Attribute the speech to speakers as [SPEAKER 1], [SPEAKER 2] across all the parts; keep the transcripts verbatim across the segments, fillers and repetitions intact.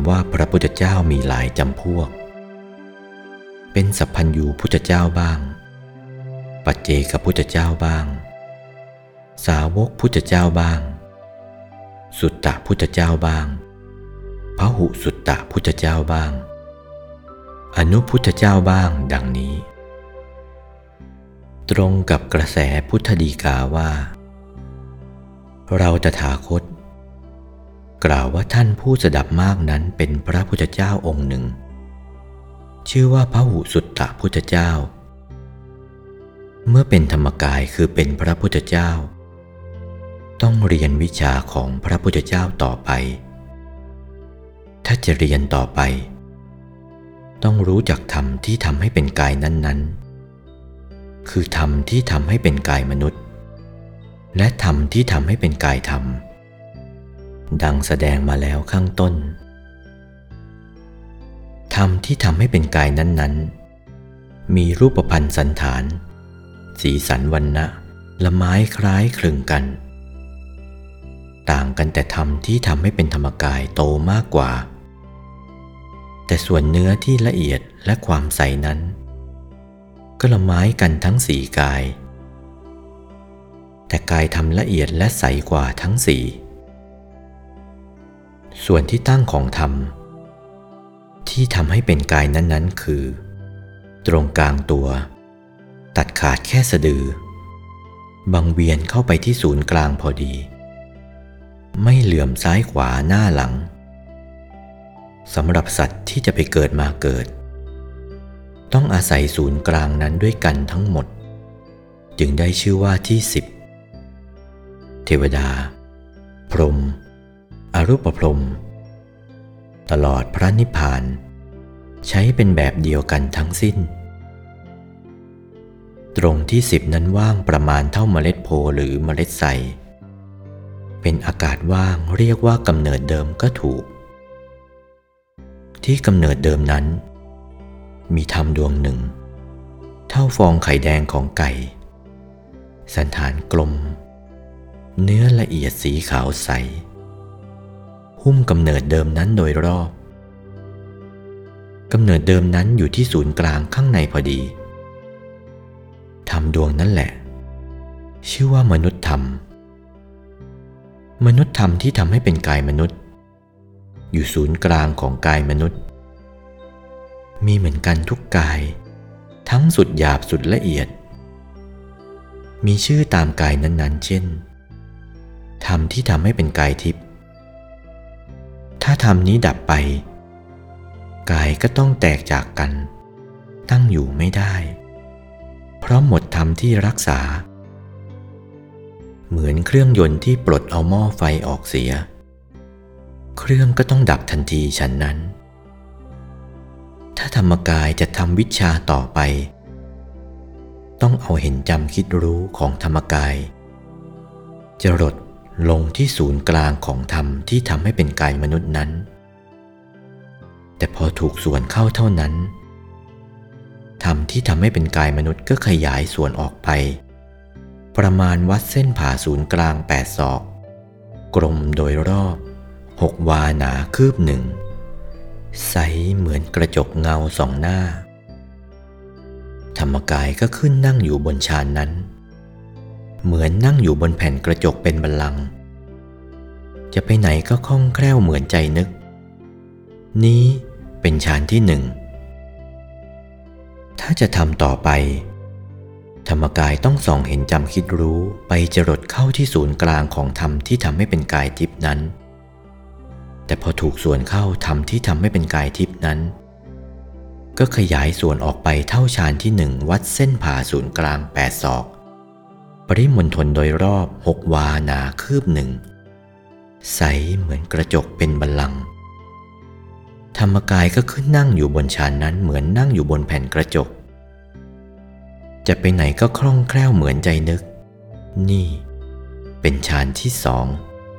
[SPEAKER 1] ำว่าพระพุทธเจ้ามีหลายจำพวกเป็นสัพพัญญูพุทธเจ้าบ้างปัจเจกพุทธเจ้าบ้างสาวกพุทธเจ้าบ้างสุตตะพุทธเจ้าบ้างพหุสุตตะพุทธเจ้าบ้างอนุพุทธเจ้าบ้างดังนี้ตรงกับกระแสพุทธดีกาว่าเราตถาคตกล่าวว่าท่านผู้สดับมากนั้นเป็นพระพุทธเจ้าองค์หนึ่งชื่อว่าพหุสุตตะพุทธเจ้าเมื่อเป็นธรรมกายคือเป็นพระพุทธเจ้าต้องเรียนวิชาของพระพุทธเจ้าต่อไปถ้าจะเรียนต่อไปต้องรู้จักธรรมที่ทำให้เป็นกายนั้นๆคือธรรมที่ทำให้เป็นกายมนุษย์และธรรมที่ทำให้เป็นกายธรรมดังแสดงมาแล้วข้างต้นธรรมที่ทำให้เป็นกายนั้นๆมีรูปพรรณสันฐานสีสันวรรณะละไม้คล้ายคลึงกันต่างกันแต่ธรรมที่ทำให้เป็นธรรมกายโตมากกว่าแต่ส่วนเนื้อที่ละเอียดและความใสนั้นก็ละไม้กันทั้งสี่กายแต่กายธรรมละเอียดและใสกว่าทั้งสี่ส่วนที่ตั้งของธรรมที่ทำให้เป็นกายนั้นๆคือตรงกลางตัวตัดขาดแค่สะดือบังเวียนเข้าไปที่ศูนย์กลางพอดีไม่เหลื่อมซ้ายขวาหน้าหลังสำหรับสัตว์ที่จะไปเกิดมาเกิดต้องอาศัยศูนย์กลางนั้นด้วยกันทั้งหมดจึงได้ชื่อว่าที่สิบเทวดาพรหมอรูปพรหมตลอดพระนิพพานใช้เป็นแบบเดียวกันทั้งสิ้นตรงที่สิบนั้นว่างประมาณเท่าเมล็ดโพหรือเมล็ดไทรเป็นอากาศว่างเรียกว่ากำเนิดเดิมก็ถูกที่กำเนิดเดิมนั้นมีธรรมดวงหนึ่งเท่าฟองไข่แดงของไก่สันฐานกลมเนื้อละเอียดสีขาวใสหุ้มกำเนิดเดิมนั้นโดยรอบกำเนิดเดิมนั้นอยู่ที่ศูนย์กลางข้างในพอดีธรรมดวงนั้นแหละชื่อว่ามนุษย์ธรรมมนุษย์ธรรมที่ทำให้เป็นกายมนุษย์อยู่ศูนย์กลางของกายมนุษย์มีเหมือนกันทุกกายทั้งสุดหยาบสุดละเอียดมีชื่อตามกายนั้นๆเช่นธรรมที่ทำให้เป็นกายทิพย์ถ้าธรรมนี้ดับไปกายก็ต้องแตกจากกันตั้งอยู่ไม่ได้เพราะหมดธรรมที่รักษาเหมือนเครื่องยนต์ที่ปลดเอาหม้อไฟออกเสียเครื่องก็ต้องดับทันทีฉันนั้นถ้าธรรมกายจะทำวิชาต่อไปต้องเอาเห็นจำคิดรู้ของธรรมกายจรดลงที่ศูนย์กลางของธรรมที่ทำให้เป็นกายมนุษย์นั้นแต่พอถูกส่วนเข้าเท่านั้นธรรมที่ทำให้เป็นกายมนุษย์ก็ขยายส่วนออกไปประมาณวัดเส้นผ่าศูนย์กลางแปดศอกกลมโดยรอบหกวาหนาคืบหนึ่งใสเหมือนกระจกเงาสองหน้าธรรมกายก็ขึ้นนั่งอยู่บนชานนั้นเหมือนนั่งอยู่บนแผ่นกระจกเป็นบัลลังก์จะไปไหนก็คล่องแคล่วเหมือนใจนึกนี้เป็นฌานที่หนึ่งถ้าจะทำต่อไปธรรมกายต้องส่องเห็นจำคิดรู้ไปจรดเข้าที่ศูนย์กลางของธรรมที่ทำให้เป็นกายทิพย์นั้นแต่พอถูกส่วนเข้าธรรมที่ทำให้เป็นกายทิพย์นั้นก็ขยายส่วนออกไปเท่าฌานที่หนึ่งวัดเส้นผ่าศูนย์กลางแปดศอกปริมณฑลโดยรอบหกวาหนาคืบหนึ่งใสเหมือนกระจกเป็นบัลลังก์ธรรมกายก็ขึ้นนั่งอยู่บนฌานนั้นเหมือนนั่งอยู่บนแผ่นกระจกจะไปไหนก็คล่องแคล่วเหมือนใจนึกนี่เป็นฌานที่สอง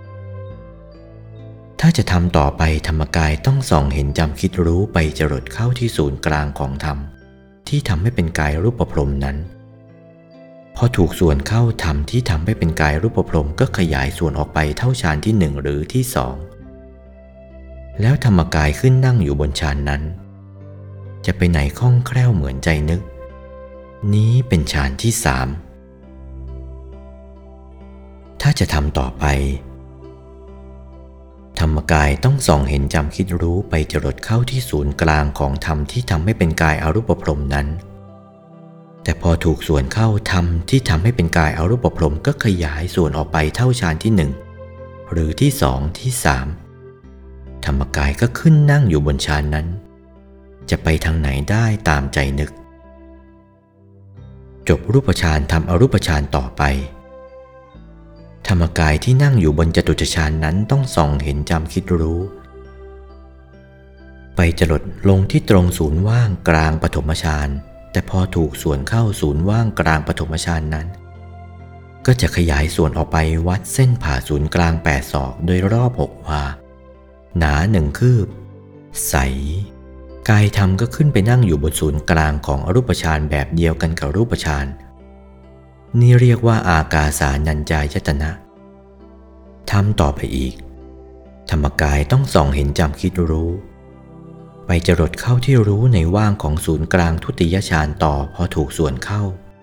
[SPEAKER 1] ถ้าจะทำต่อไปธรรมกายต้องส่องเห็นจำคิดรู้ไปจรดเข้าที่ศูนย์กลางของธรรมที่ทำให้เป็นกายรูปพรหมนั้นพอถูกส่วนเข้าธรรมที่ทำให้เป็นกายรูปพรหมก็ขยายส่วนออกไปเท่าฌานที่หนึ่งหรือที่สองแล้วธรรมกายขึ้นนั่งอยู่บนฌานนั้นจะไปไหนคล่องแคล่วเหมือนใจนึกนี้เป็นฌานที่สามถ้าจะทำต่อไปธรรมกายต้องส่องเห็นจำคิดรู้ไปจรดเข้าที่ศูนย์กลางของธรรมที่ทำให้เป็นกายอรูปพรหมนั้นแต่พอถูกส่วนเข้าธรรมที่ทำให้เป็นกายอรูปพรหมก็ขยายส่วนออกไปเท่าฌานที่หนึ่งหรือที่สองที่สามธรรมกายก็ขึ้นนั่งอยู่บนฌานนั้นจะไปทางไหนได้ตามใจนึกจบรูปฌานทำอรูปฌานต่อไปธรรมกายที่นั่งอยู่บนจตุตฌานนั้นต้องส่องเห็นจำคิดรู้ไปจรดลงที่ตรงศูนย์ว่างกลางปฐมฌานแต่พอถูกส่วนเข้าศูนย์ว่างกลางปฐมฌานนั้นก็จะขยายส่วนออกไปวัดเส้นผ่าศูนย์กลางแปดศอกโดยรอบหกวาหนาหนึ่งคืบใสกายธรรมก็ขึ้นไปนั่งอยู่บนศูนย์กลางของอรูปฌานแบบเดียวกันกับรูปฌานนี่เรียกว่าอากาสานัญจายตนะทำต่อไปอีกธรรมกายต้องส่องเห็นจำคิดรู้ไปจรดเข้าที่รู้ในว่างของศูนย์กลางทุติยฌานต่อพอถูกส่วนเข้า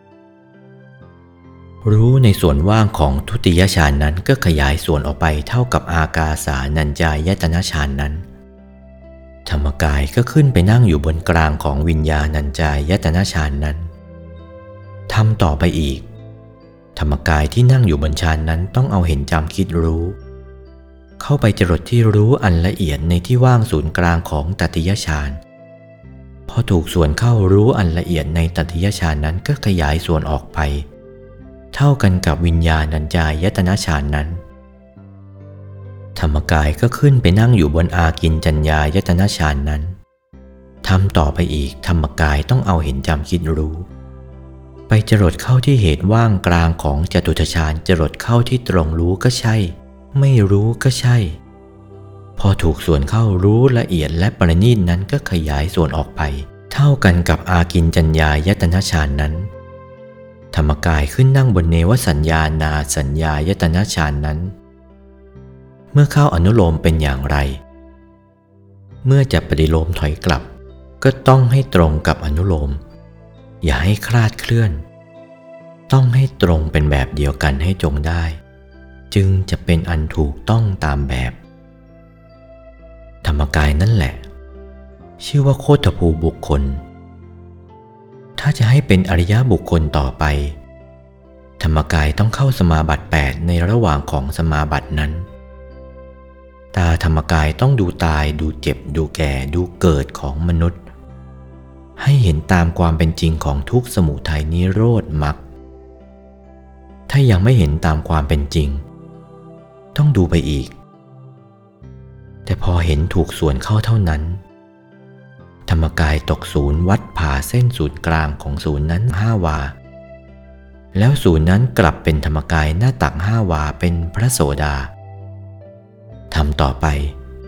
[SPEAKER 1] รู้ในส่วนว่างของทุติยฌานนั้นก็ขยายส่วนออกไปเท่ากับอากาสานัญจายตนะฌานนั้นธรรมกายก็ขึ้นไปนั่งอยู่บนกลางของวิญญาณัญจายตนะฌานนั้นทำต่อไปอีกธรรมกายที่นั่งอยู่บนฌานนั้นต้องเอาเห็นจำคิดรู้เข้าไปจรดที่รู้อันละเอียดในที่ว่างศูนย์กลางของตติยฌานพอถูกส่วนเข้ารู้อันละเอียดในตติยฌานนั้นก็ขยายส่วนออกไปเท่ากันกับวิญญาณัญจายตนะฌานนั้นธรรมกายก็ขึ้นไปนั่งอยู่บนอากิญจัญญายตนะฌานนั้นทำต่อไปอีกธรรมกายต้องเอาเห็นจำคิดรู้ไปจรดเข้าที่เหตุว่างกลางของจตุตฌานจรดเข้าที่ตรงรู้ก็ใช่ไม่รู้ก็ใช่พอถูกส่วนเข้ารู้ละเอียดและประณีตนั้นก็ขยายส่วนออกไปเท่ากันกับอากิญจัญญายตนะฌานนั้นธรรมกายขึ้นนั่งบนเนวสัญญานาสัญญายตนะฌานนั้นเมื่อเข้าอนุโลมเป็นอย่างไรเมื่อจะปฏิโลมถอยกลับก็ต้องให้ตรงกับอนุโลมอย่าให้คลาดเคลื่อนต้องให้ตรงเป็นแบบเดียวกันให้จงได้จึงจะเป็นอันถูกต้องตามแบบธรรมกายนั่นแหละชื่อว่าโคตภูบุคคลถ้าจะให้เป็นอริยบุคคลต่อไปธรรมกายต้องเข้าสมาบัติแปดในระหว่างของสมาบัตินั้นตาธรรมกายต้องดูตายดูเจ็บดูแก่ดูเกิดของมนุษย์ให้เห็นตามความเป็นจริงของทุกข์สมุทัยนิโรธมรรคถ้ายังไม่เห็นตามความเป็นจริงต้องดูไปอีกแต่พอเห็นถูกส่วนเข้าเท่านั้นธรรมกายตกศูนย์วัดผ่าเส้นศูนย์กลางของศูนย์นั้นห้าวาแล้วศูนย์นั้นกลับเป็นธรรมกายหน้าตักห้าวาเป็นพระโสดาทำต่อไป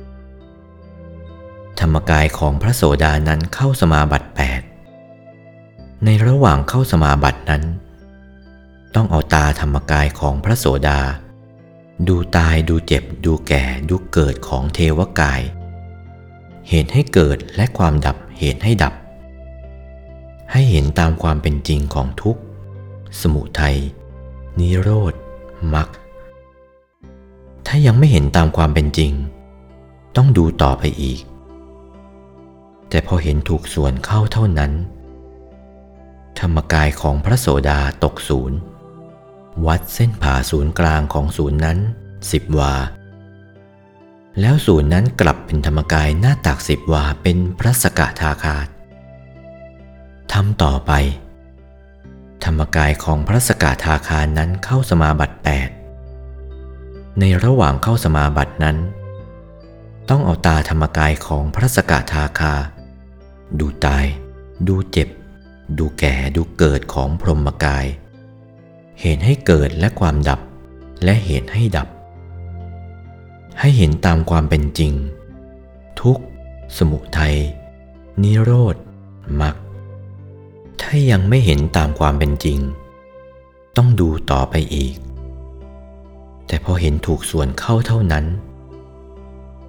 [SPEAKER 1] ธรรมกายของพระโสดานั้นเข้าสมาบัติแปดในระหว่างเข้าสมาบัตินั้นต้องเอาตาธรรมกายของพระโสดาดูตายดูเจ็บดูแก่ดูเกิดของเทวกายเหตุให้เกิดและความดับเหตุให้ดับให้เห็นตามความเป็นจริงของทุกข์สมุทัยนิโรธมรรคถ้ายังไม่เห็นตามความเป็นจริงต้องดูต่อไปอีกแต่พอเห็นถูกส่วนเข้าเท่านั้นธรรมกายของพระโสดาตกศูนย์วัดเส้นผ่าศูนย์กลางของศูนย์นั้นสิบวาแล้วศูนย์นั้นกลับเป็นธรรมกายหน้าตักสิบวาเป็นพระสกทาคาทำต่อไปธรรมกายของพระสกทาคานั้นเข้าสมาบัติแปดในระหว่างเข้าสมาบัตินั้นต้องเอาตาธรรมกายของพระสกทาคาดูตายดูเจ็บดูแก่ดูเกิดของพรหมกายเหตุให้เกิดและความดับและเหตุให้ดับให้เห็นตามความเป็นจริงทุกข์สมุทัยนิโรธมรรคถ้ายังไม่เห็นตามความเป็นจริงต้องดูต่อไปอีกแต่พอเห็นถูกส่วนเข้าเท่านั้น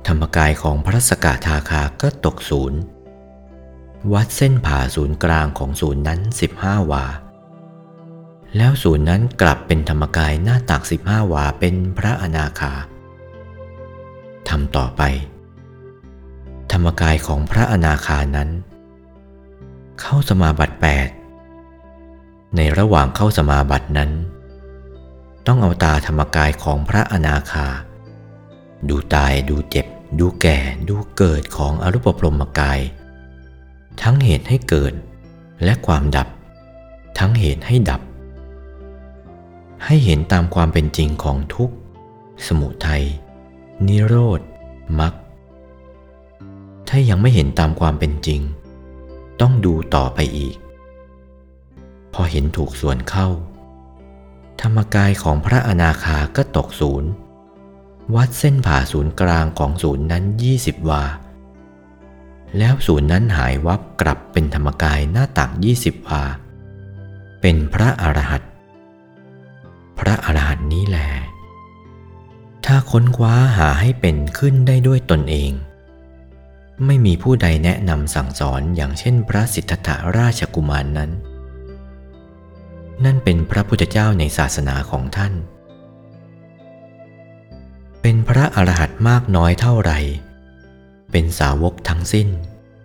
[SPEAKER 1] ธรรมกายของพระสกทาคาก็ตกศูนย์วัดเส้นผ่าศูนย์กลางของศูนย์นั้นสิบห้าวาแล้วศูนย์นั้นกลับเป็นธรรมกายหน้าตักสิบห้าวาเป็นพระอนาคาทำต่อไปธรรมกายของพระอนาคานั้นเข้าสมาบัติแปดในระหว่างเข้าสมาบัตินั้นต้องเอาตาธรรมกายของพระอนาคาดูตายดูเจ็บดูแก่ดูเกิดของอรูปพรหมกายทั้งเหตุให้เกิดและความดับทั้งเหตุให้ดับให้เห็นตามความเป็นจริงของทุกข์สมุทัยนิโรธมรรคถ้ายังไม่เห็นตามความเป็นจริงต้องดูต่อไปอีกพอเห็นถูกส่วนเข้าธรรมกายของพระอนาคาก็ตกศูนย์วัดเส้นผ่าศูนย์กลางของศูนย์นั้นยี่สิบวาแล้วศูนย์นั้นหายวับกลับเป็นธรรมกายหน้าตักยี่สิบวาเป็นพระอรหันต์พระอรหันต์นี้แลถ้าค้นคว้าหาให้เป็นขึ้นได้ด้วยตนเองไม่มีผู้ใดแนะนำสั่งสอนอย่างเช่นพระสิทธัตถราชกุมาร น, นั้นนั่นเป็นพระพุทธเจ้าในศาสนาของท่านเป็นพระอรหันต์มากน้อยเท่าไหร่เป็นสาวกทั้งสิ้น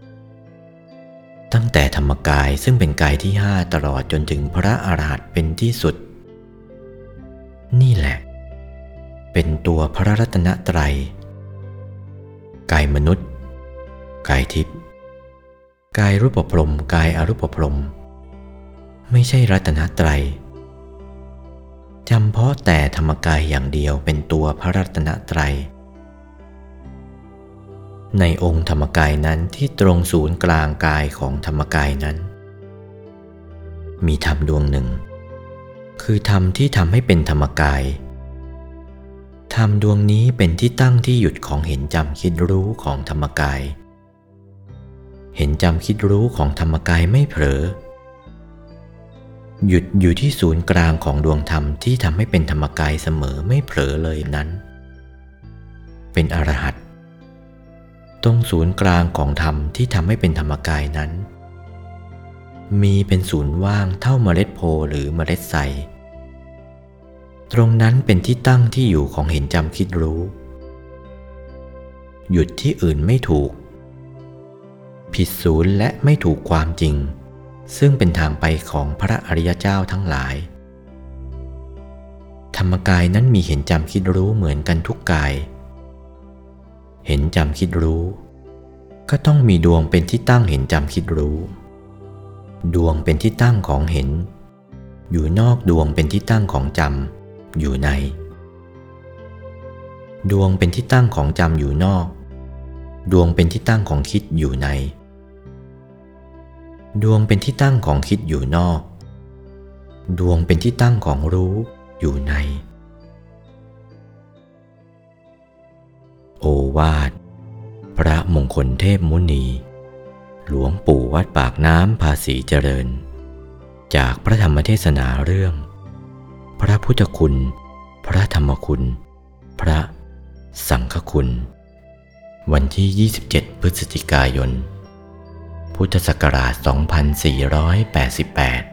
[SPEAKER 1] ตั้งแต่ธรรมกายซึ่งเป็นกายที่ห้าตลอดจนถึงพระอรหันต์เป็นที่สุดนี่แหละเป็นตัวพระรัตนตรัยกายมนุษย์กายทิพย์กายรูปพรหมกายอรูปพรหมไม่ใช่รัตนตรัยจำเพาะแต่ธรรมกายอย่างเดียวเป็นตัวพระรัตนตรัยในองค์ธรรมกายนั้นที่ตรงศูนย์กลางกายของธรรมกายนั้นมีธรรมดวงหนึ่งคือธรรมที่ทำให้เป็นธรรมกายธรรมดวงนี้เป็นที่ตั้งที่หยุดของเห็นจำคิดรู้ของธรรมกายเห็นจำคิดรู้ของธรรมกายไม่เผลอหยุดอยู่ที่ศูนย์กลางของดวงธรรมที่ทำให้เป็นธรรมกายเสมอไม่เผลอเลยนั้นเป็นอรหันต์ตรงศูนย์กลางของธรรมที่ทำให้เป็นธรรมกายนั้นมีเป็นศูนย์ว่างเท่าเมล็ดโพหรือเมล็ดไทรตรงนั้นเป็นที่ตั้งที่อยู่ของเห็นจำคิดรู้หยุดที่อื่นไม่ถูกผิดศูนย์และไม่ถูกความจริงซึ่งเป็นทางไปของพระอริยเจ้าทั้งหลายธรรมกายนั้นมีเห็นจำคิดรู้เหมือนกันทุกกายเห็นจำคิดรู้ก็ต้องมีดวงเป็นที่ตั้งเห็นจำคิดรู้ดวงเป็นที่ตั้งของเห็นอยู่นอกดวงเป็นที่ตั้งของจำอยู่ในดวงเป็นที่ตั้งของจำอยู่นอกดวงเป็นที่ตั้งของคิดอยู่ในดวงเป็นที่ตั้งของคิดอยู่นอกดวงเป็นที่ตั้งของรู้อยู่ในโอวาทพระมงคลเทพมุนีหลวงปู่วัดปากน้ำภาษีเจริญจากพระธรรมเทศนาเรื่องพระพุทธคุณพระธรรมคุณพระสังฆคุณวันที่ยี่สิบเจ็ดพฤศจิกายนพุทธศักราชสองพันสี่ร้อยแปดสิบแปด